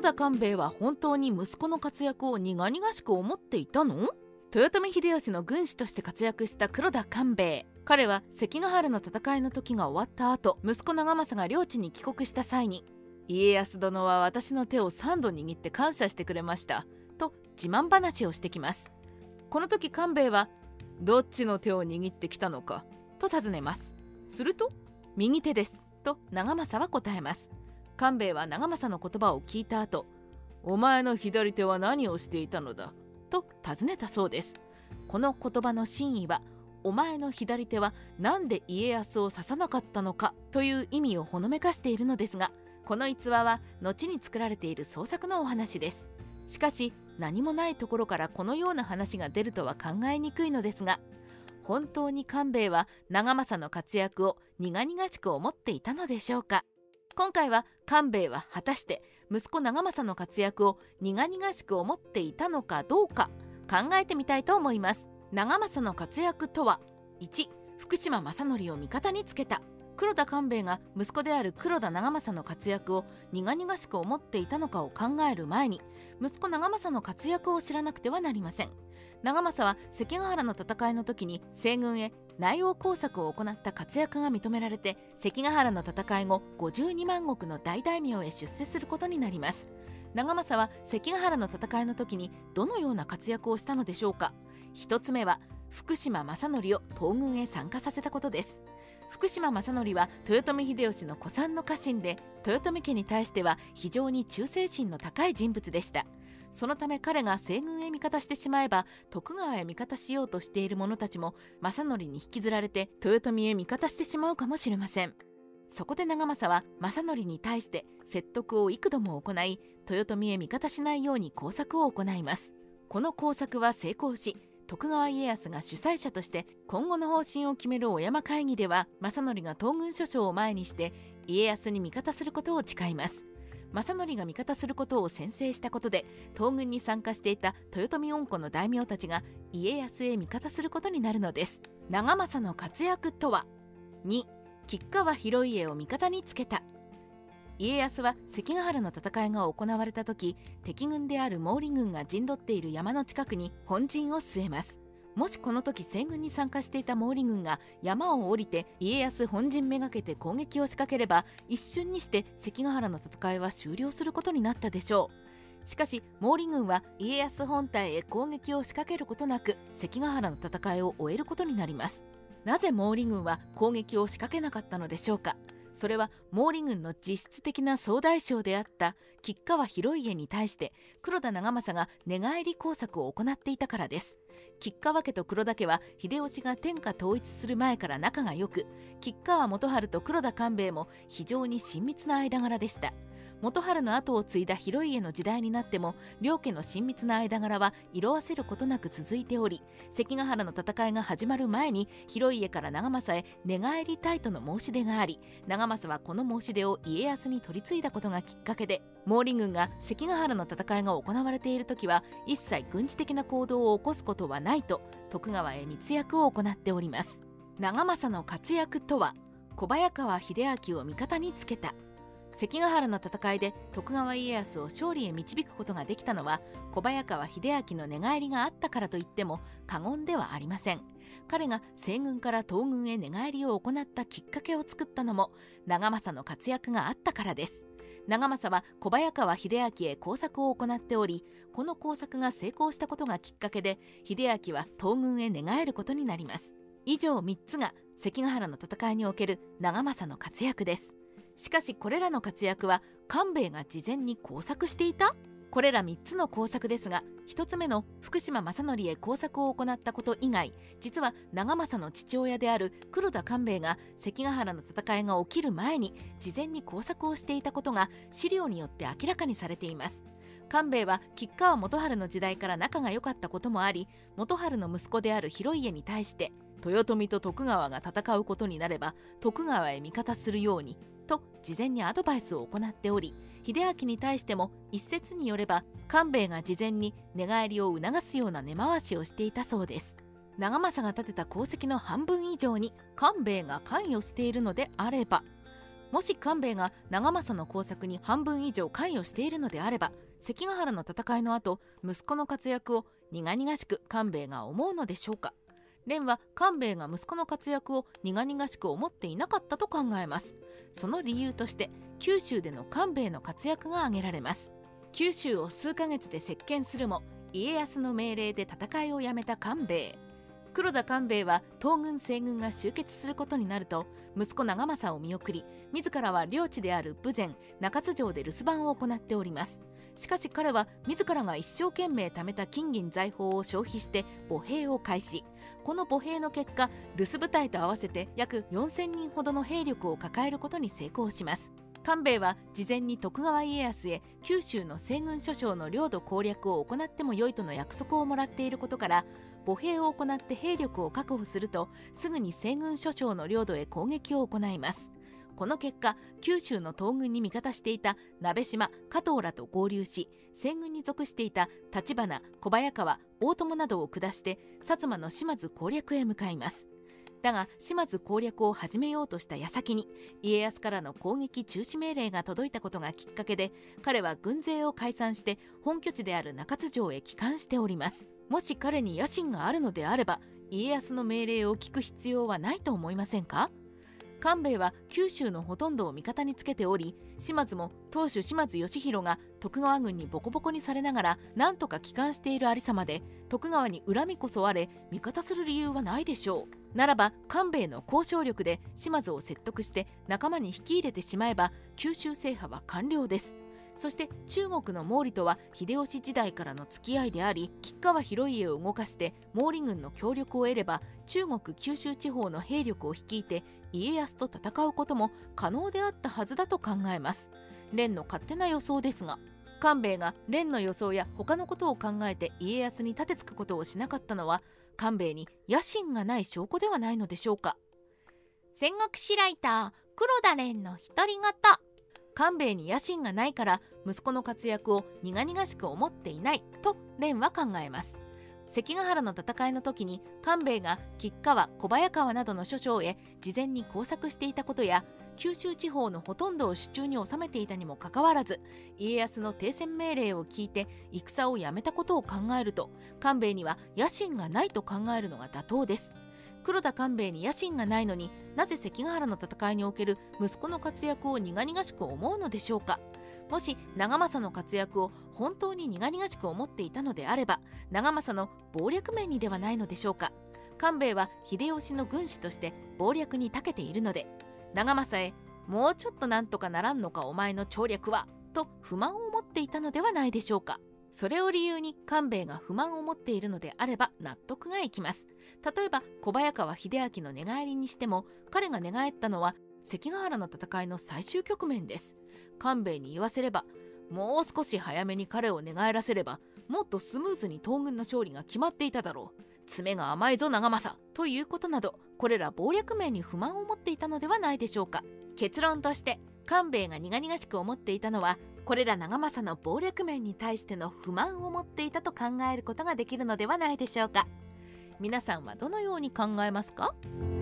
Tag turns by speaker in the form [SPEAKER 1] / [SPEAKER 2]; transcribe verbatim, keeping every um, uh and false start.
[SPEAKER 1] 黒田官兵衛は本当に息子の活躍を苦々しく思っていたの？豊臣秀吉の軍師として活躍した黒田官兵衛。彼は関ヶ原の戦いの時が終わった後、息子長政が領地に帰国した際に、家康殿は私の手を三度握って感謝してくれましたと自慢話をしてきます。この時官兵衛は、どっちの手を握ってきたのかと尋ねます。すると、右手ですと長政は答えます。官兵衛は長政の言葉を聞いた後、お前の左手は何をしていたのだと尋ねたそうです。この言葉の真意は、お前の左手はなんで家康を刺さなかったのかという意味をほのめかしているのですが、この逸話は後に作られている創作のお話です。しかし何もないところからこのような話が出るとは考えにくいのですが、本当に官兵衛は長政の活躍を苦々しく思っていたのでしょうか。今回は官兵衛は果たして息子長政の活躍を苦々しく思っていたのかどうか考えてみたいと思います。長政の活躍とは、いち. 福島正則を味方につけた。黒田官兵衛が息子である黒田長政の活躍を苦々しく思っていたのかを考える前に、息子長政の活躍を知らなくてはなりません。長政は関ヶ原の戦いの時に西軍へ内応工作を行った活躍が認められて、関ヶ原の戦い後ごじゅうにまん石の大大名へ出世することになります。長政は関ヶ原の戦いの時にどのような活躍をしたのでしょうか。一つ目は福島正則を東軍へ参加させたことです。福島正則は豊臣秀吉の古参の家臣で、豊臣家に対しては非常に忠誠心の高い人物でした。そのため彼が西軍へ味方してしまえば、徳川へ味方しようとしている者たちも正則に引きずられて豊臣へ味方してしまうかもしれません。そこで長政は正則に対して説得を幾度も行い、豊臣へ味方しないように工作を行います。この工作は成功し、徳川家康が主催者として今後の方針を決めるお山会議では、正則が東軍諸将を前にして家康に味方することを誓います。正則が味方することを宣誓したことで、東軍に参加していた豊臣恩顧の大名たちが家康へ味方することになるのです。長政の活躍とは、に. 吉川広家を味方につけた。家康は関ヶ原の戦いが行われた時、敵軍である毛利軍が陣取っている山の近くに本陣を据えます。もしこの時西軍に参加していた毛利軍が山を降りて家康本陣めがけて攻撃を仕掛ければ、一瞬にして関ヶ原の戦いは終了することになったでしょう。しかし毛利軍は家康本体へ攻撃を仕掛けることなく関ヶ原の戦いを終えることになります。なぜ毛利軍は攻撃を仕掛けなかったのでしょうか。それは毛利軍の実質的な総大将であった吉川広家に対して黒田長政が寝返り工作を行っていたからです。吉川家と黒田家は秀吉が天下統一する前から仲が良く、吉川元春と黒田官兵衛も非常に親密な間柄でした。元春の後を継いだ広家の時代になっても、両家の親密な間柄は色あせることなく続いており、関ヶ原の戦いが始まる前に広家から長政へ寝返りたいとの申し出があり、長政はこの申し出を家康に取り継いだことがきっかけで、毛利軍が関ヶ原の戦いが行われている時は一切軍事的な行動を起こすことはないと徳川へ密約を行っております。長政の活躍とは、小早川秀秋を味方につけた。関ヶ原の戦いで徳川家康を勝利へ導くことができたのは小早川秀秋の寝返りがあったからといっても過言ではありません。彼が西軍から東軍へ寝返りを行ったきっかけを作ったのも長政の活躍があったからです。長政は小早川秀秋へ工作を行っており、この工作が成功したことがきっかけで秀秋は東軍へ寝返ることになります。以上みっつが関ヶ原の戦いにおける長政の活躍です。しかしこれらの活躍は官兵衛が事前に工作していた？これらみっつの工作ですが、ひとつめの福島正則へ工作を行ったこと以外、実は長政の父親である黒田官兵衛が関ヶ原の戦いが起きる前に事前に工作をしていたことが資料によって明らかにされています。官兵衛は吉川元春の時代から仲が良かったこともあり、元春の息子である広家に対して豊臣と徳川が戦うことになれば徳川へ味方するようにと事前にアドバイスを行っており、秀秋に対しても一説によれば官兵衛が事前に寝返りを促すような根回しをしていたそうです。長政が立てた功績の半分以上に官兵衛が関与しているのであれば、 もし官兵衛が長政の工作に半分以上関与しているのであれば、関ヶ原の戦いの後、息子の活躍を苦々しく官兵衛が思うのでしょうか。蓮は官兵衛が息子の活躍を苦々しく思っていなかったと考えます。その理由として九州での官兵衛の活躍が挙げられます。九州を数ヶ月で席巻するも、家康の命令で戦いをやめた官兵衛。黒田官兵衛は東軍西軍が集結することになると、息子長政を見送り、自らは領地である豊前中津城で留守番を行っております。しかし彼は自らが一生懸命貯めた金銀財宝を消費して歩兵を開始。この歩兵の結果、留守部隊と合わせて約よんせんにんほどの兵力を抱えることに成功します。官兵衛は事前に徳川家康へ九州の西軍諸将の領土攻略を行ってもよいとの約束をもらっていることから、歩兵を行って兵力を確保すると、すぐに西軍諸将の領土へ攻撃を行います。この結果、九州の東軍に味方していた鍋島、加藤らと合流し、西軍に属していた立花、小早川、大友などを下して薩摩の島津攻略へ向かいます。だが島津攻略を始めようとした矢先に、家康からの攻撃中止命令が届いたことがきっかけで、彼は軍勢を解散して本拠地である中津城へ帰還しております。もし彼に野心があるのであれば、家康の命令を聞く必要はないと思いませんか。官兵衛は九州のほとんどを味方につけており、島津も当主島津義弘が徳川軍にボコボコにされながら何とか帰還しているありさまで、徳川に恨みこそあれ味方する理由はないでしょう。ならば官兵衛の交渉力で島津を説得して仲間に引き入れてしまえば、九州制覇は完了です。そして中国の毛利とは秀吉時代からの付き合いであり、吉川広家を動かして毛利軍の協力を得れば、中国九州地方の兵力を率いて家康と戦うことも可能であったはずだと考えます。蓮の勝手な予想ですが、官兵衛が蓮の予想や他のことを考えて家康に立てつくことをしなかったのは、官兵衛に野心がない証拠ではないのでしょうか。戦国史ライター黒田蓮の独り言。官兵衛に野心がないから息子の活躍を苦々しく思っていないと蓮は考えます。関ヶ原の戦いの時に官兵衛が吉川、小早川などの諸将へ事前に工作していたことや、九州地方のほとんどを手中に収めていたにもかかわらず、家康の停戦命令を聞いて戦をやめたことを考えると、官兵衛には野心がないと考えるのが妥当です。黒田官兵衛に野心がないのに、なぜ関ヶ原の戦いにおける息子の活躍を苦々しく思うのでしょうか。もし長政の活躍を本当に苦々しく思っていたのであれば、長政の謀略面にではないのでしょうか。官兵衛は秀吉の軍師として謀略に長けているので、長政へもうちょっとなんとかならんのかお前の調略はと不満を持っていたのではないでしょうか。それを理由に官兵衛が不満を持っているのであれば納得がいきます。例えば小早川秀明の寝返りにしても、彼が寝返ったのは関ヶ原の戦いの最終局面です。官兵衛に言わせれば、もう少し早めに彼を寝返らせればもっとスムーズに東軍の勝利が決まっていただろう。詰めが甘いぞ長政ということなど、これら謀略面に不満を持っていたのではないでしょうか。結論として官兵衛が苦々しく思っていたのは、これら長政の謀略面に対しての不満を持っていたと考えることができるのではないでしょうか。皆さんはどのように考えますか？